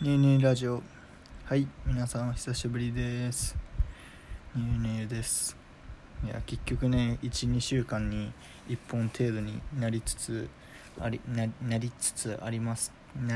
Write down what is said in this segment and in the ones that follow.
ニューニューラジオ。はい、皆さんお久しぶりです。ニューニューです。いや、結局ね、1、2週間に1本程度になりつつあります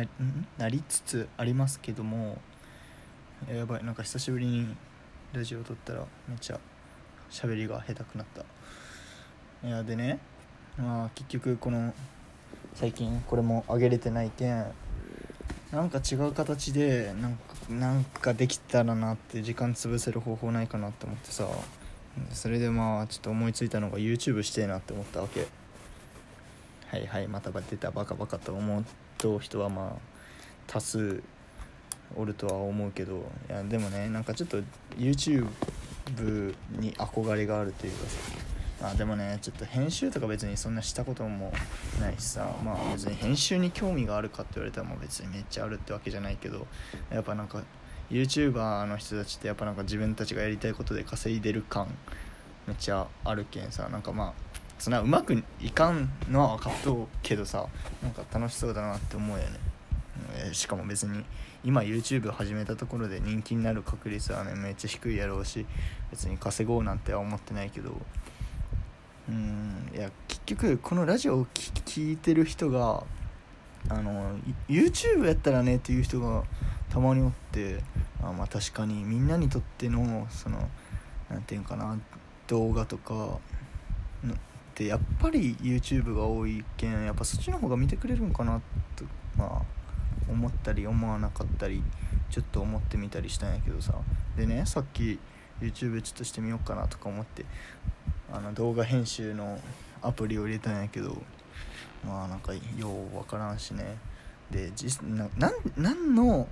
けども、やばい、なんか久しぶりにラジオを撮ったらめっちゃ喋りが下手くなった。いやでね、結局この最近これも上げれてないけん、なんか違う形でなんかできたらなって時間潰せる方法ないかなって思ってさ、それでちょっと思いついたのが YouTube してえなって思ったわけ。はいまた出たバカバカと思う人は多数おるとは思うけど、いやでもね、なんかちょっと YouTube に憧れがあるというかさ、でもね、ちょっと編集とか別にそんなしたこともないしさ、別に編集に興味があるかって言われたら別にめっちゃあるってわけじゃないけど、やっぱなんか YouTuber の人たちってやっぱなんか自分たちがやりたいことで稼いでる感めっちゃあるけんさ、なんかそんなうまくいかんのは分かっとうけどさ、なんか楽しそうだなって思うよね。しかも別に今 YouTube 始めたところで人気になる確率はねめっちゃ低いやろうし、別に稼ごうなんては思ってないけど、いや結局このラジオを聞いてる人がYouTube やったらねっていう人がたまにおって、確かにみんなにとってのそのなんていうかな、動画とかってやっぱり YouTube が多いけん、やっぱそっちの方が見てくれるんかなと思ったり思わなかったりちょっと思ってみたりしたんやけどさ、でね、さっき YouTube ちょっとしてみようかなとか思って動画編集のアプリを入れたんやけど、なんかようわからんしね。で何の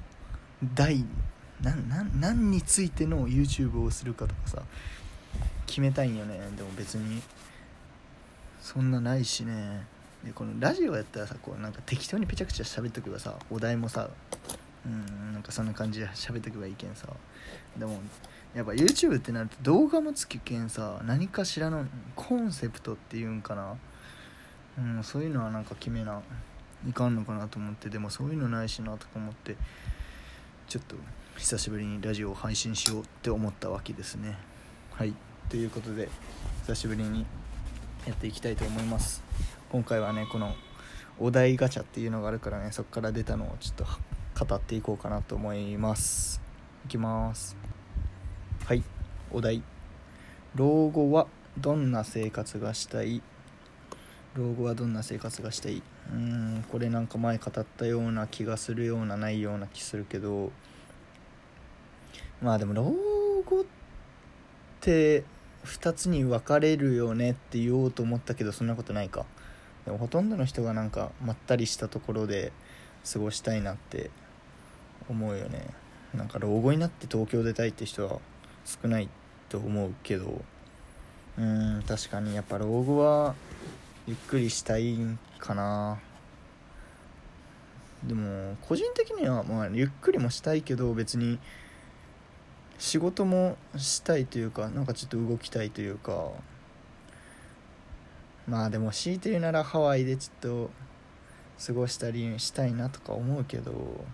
何についての YouTube をするかとかさ決めたいんよね。でも別にそんなないしね。でこのラジオやったらさ、こうなんか適当にペチャクチャ喋っとけばさ、お題もさなんかそんな感じで喋っとけばいいけんさ。でもやっぱ YouTube ってなると動画もつくけんさ、何かしらのコンセプトっていうんかな、そういうのはなんか決めないかんのかなと思って、でもそういうのないしなとか思って、ちょっと久しぶりにラジオを配信しようって思ったわけですね。はい、ということで久しぶりにやっていきたいと思います。今回はね、このお題ガチャっていうのがあるからね、そこから出たのをちょっと語っていこうかなと思います。いきます。はい、お題。老後はどんな生活がしたい？老後はどんな生活がしたい？これなんか前語ったような気がするようなないような気するけど、でも老後って2つに分かれるよねって言おうと思ったけど、そんなことないか。でもほとんどの人がなんかまったりしたところで過ごしたいなって思うよね。なんか老後になって東京出たいって人は少ないと思うけど、確かにやっぱ老後はゆっくりしたいんかな。でも個人的にはゆっくりもしたいけど、別に仕事もしたいというか、なんかちょっと動きたいというか、でも強いて言うならハワイでちょっと過ごしたりしたいなとか思うけど、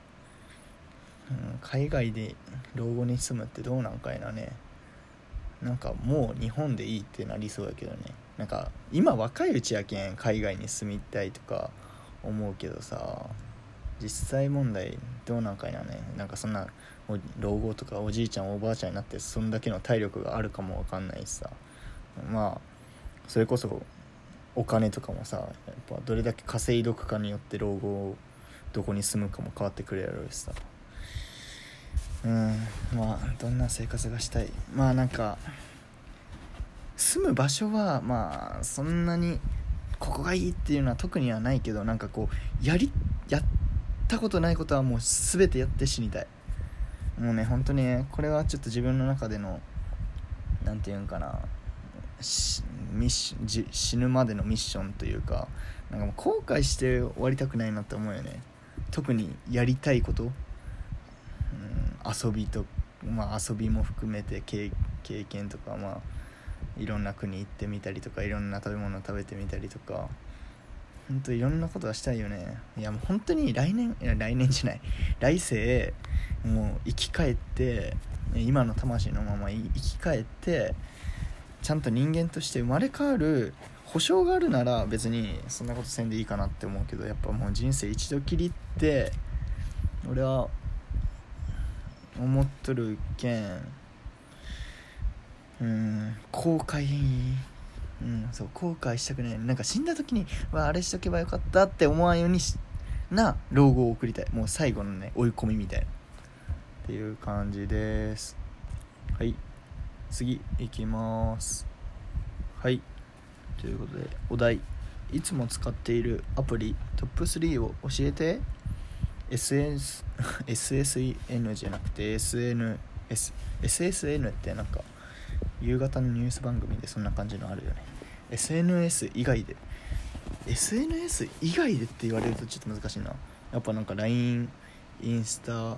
海外で老後に住むってどうなんかいなね。なんかもう日本でいいってなりそうやけどね。なんか今若いうちやけん海外に住みたいとか思うけどさ、実際問題どうなんかいなね。なんかそんな老後とかおじいちゃんおばあちゃんになってそんだけの体力があるかもわかんないしさ、それこそお金とかもさ、やっぱどれだけ稼いどくかによって老後どこに住むかも変わってくるやろうしさ。どんな生活がしたい？なんか住む場所はそんなにここがいいっていうのは特にはないけど、なんかこうやったことないことはもう全てやって死にたい。もうね、本当にね、これはちょっと自分の中でのなんていうんかな、死ぬまでのミッションというか、なんかもう後悔して終わりたくないなって思うよね。特にやりたいこと、遊びも含めて経験とか、いろんな国行ってみたりとか、いろんな食べ物食べてみたりとか、 本当いろんなことはしたいよね。いやもう本当に来年じゃない、来世もう生き返って、今の魂のまま生き返って、ちゃんと人間として生まれ変わる保証があるなら別にそんなことせんでいいかなって思うけど、やっぱもう人生一度きりって俺は思っとるけん、後悔、そう後悔したくない。なんか死んだ時にあれしとけばよかったって思わんようにな老後を送りたい。もう最後のね追い込みみたいなっていう感じです。はい、次いきます。はい、ということでお題、いつも使っているアプリトップ3を教えて。SSN じゃなくて SSN ってなんか夕方のニュース番組でそんな感じのあるよね。 SNS 以外でって言われるとちょっと難しいな。やっぱなんか LINE インスタは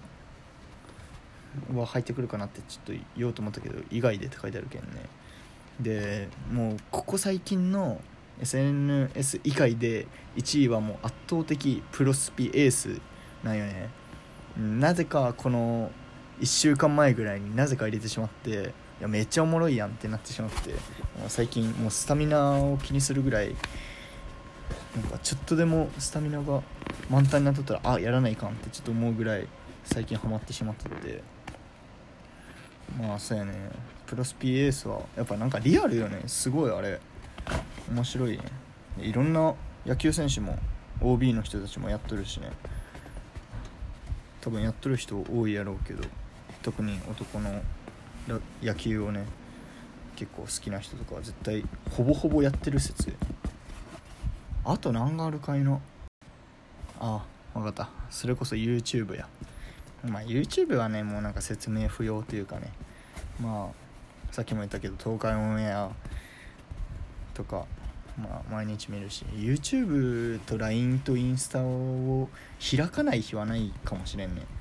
入ってくるかなってちょっと言おうと思ったけど、以外でって書いてあるけんね。でもうここ最近の SNS 以外で1位はもう圧倒的プロスピエースなんよね。なぜかこの1週間前ぐらいになぜか入れてしまって、いやめっちゃおもろいやんってなってしまって、もう最近もうスタミナを気にするぐらい、なんかちょっとでもスタミナが満タンになっとったらやらないかんってちょっと思うぐらい最近ハマってしまってて、まあそうやね、プロスピエースはやっぱなんかリアルよね。すごいあれ面白いね。いろんな野球選手も OB の人たちもやっとるしね。多分やっとる人多いやろうけど、特に男の野球をね結構好きな人とかは絶対ほぼほぼやってる説。あと何があるかいな。分かった、それこそ YouTube や。YouTube はねもうなんか説明不要というかね、さっきも言ったけど東海オンエアとか毎日見るし、 YouTube と LINE とインスタを開かない日はないかもしれんね。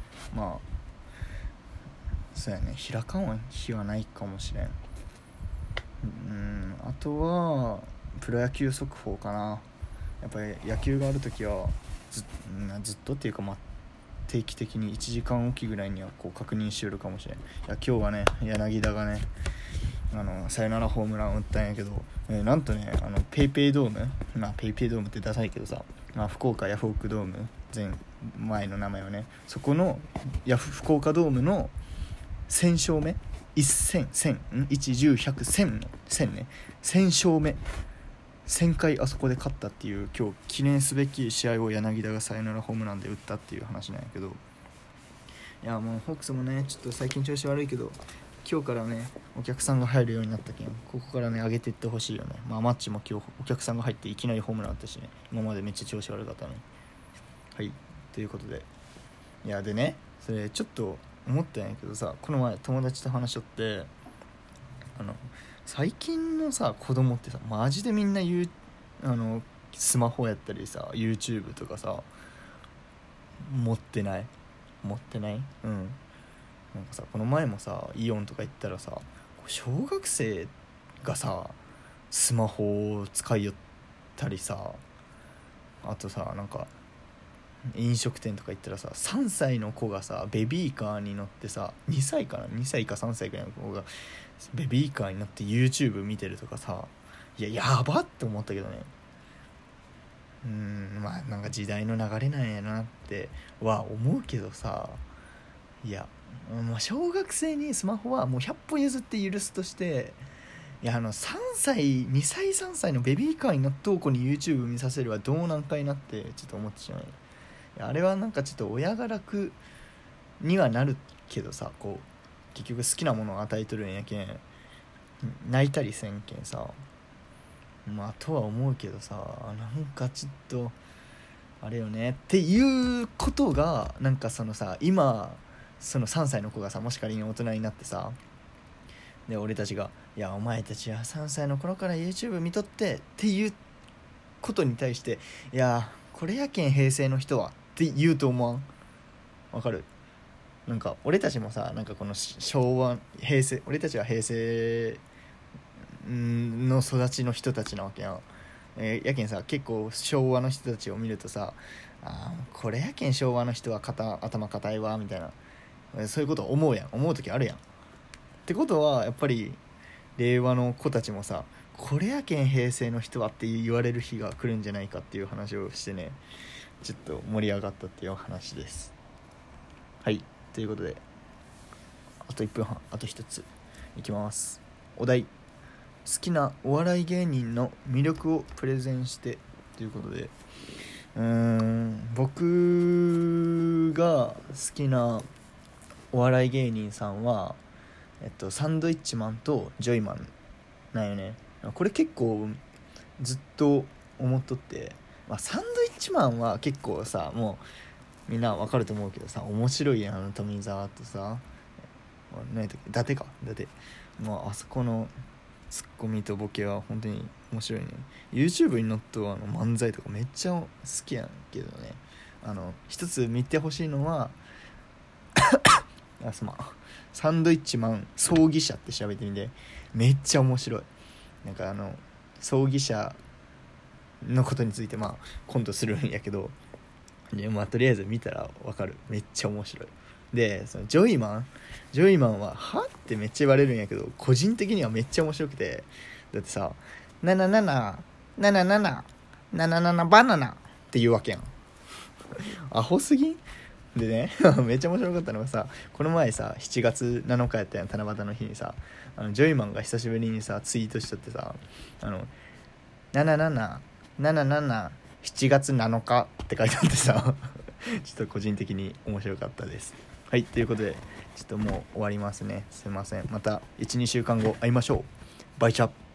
そうやね、開かん日はないかもしれん。あとはプロ野球速報かな。やっぱり野球があるときはずっとっていうか定期的に1時間おきぐらいにはこう確認しよるかもしれん。いや今日はね柳田がねサヨナラホームラン打ったんやけど、なんとねペイペイドーム、ペイペイドームってダサいけどさ、福岡ヤフオクドーム前の名前はね、そこの福岡ドームの1000勝目1 10 1 10 の1000ね、1000勝目1000回あそこで勝ったっていう今日記念すべき試合を柳田がサヨナラホームランで打ったっていう話なんやけど、いやもうホークスもねちょっと最近調子悪いけど、今日からねお客さんが入るようになったけん、ここからね上げていってほしいよね。マッチも今日お客さんが入っていきなりホームランあったしね、今までめっちゃ調子悪かったのに。はいということで、いやでねそれちょっと思ったんやけどさ、この前友達と話しとって、最近のさ子供ってさマジでみんなスマホやったりさ YouTube とかさ持ってないなんかさ、この前もさイオンとか行ったらさ小学生がさスマホを使いよったりさ、あとさなんか飲食店とか行ったらさ3歳の子がさベビーカーに乗ってさ2歳か3歳くらいの子がベビーカーに乗って YouTube 見てるとかさ、やばって思ったけどね。なんか時代の流れなんやなっては思うけどさ、小学生にスマホはもう100歩譲って許すとして、2歳3歳のベビーカーに乗っとう子に YouTube 見させるはどうなんかいなってちょっと思ってしまう。あれはなんかちょっと親が楽にはなるけどさ、こう結局好きなものを与えとるんやけん泣いたりせんけんさ、とは思うけどさ、なんかちょっとあれよねっていうことがなんかそのさ、今その3歳の子がさもし仮に大人になってさ、で俺たちがお前たちは3歳の頃から YouTube 見とってっていうことに対して、これやけん平成の人はって言うと思わん？わかる？なんか俺たちもさ、なんかこの昭和平成、俺たちは平成の育ちの人たちなわけやん。 やけんさ、結構昭和の人たちを見るとさ、これやけん昭和の人は頭固いわみたいな、そういうこと思う時あるやん。ってことはやっぱり令和の子たちもさ、これやけん平成の人はって言われる日が来るんじゃないかっていう話をしてね、ちょっと盛り上がったっていう話です。はい、ということであと1分半、あと1ついきます。お題、好きなお笑い芸人の魅力をプレゼンしてということで、僕が好きなお笑い芸人さんは、サンドイッチマンとジョイマンなんよね。これ結構ずっと思っとって、サンドイッチマンは結構さ、もうみんなわかると思うけどさ、面白いやん。富澤とさ、何やったっけ、伊達か、伊達、あそこのツッコミとボケは本当に面白いね。 YouTube に載っと漫才とかめっちゃ好きやんけどね。一つ見てほしいのはサンドイッチマン葬儀社って調べてみて、めっちゃ面白い。なんか葬儀社のことについてコントするんやけど、とりあえず見たらわかる。めっちゃ面白い。で、そのジョイマンははってめっちゃ言われるんやけど、個人的にはめっちゃ面白くて、だってさ、77バナナって言うわけやん。アホすぎんでねめっちゃ面白かったのがさ、この前さ7月7日やったやん、七夕の日にさ、ジョイマンが久しぶりにさツイートしとってさ、77 7月7日って書いてあってさちょっと個人的に面白かったです。はい、ということでちょっともう終わりますね。すいません。また 1,2 週間後会いましょう。バイチャ。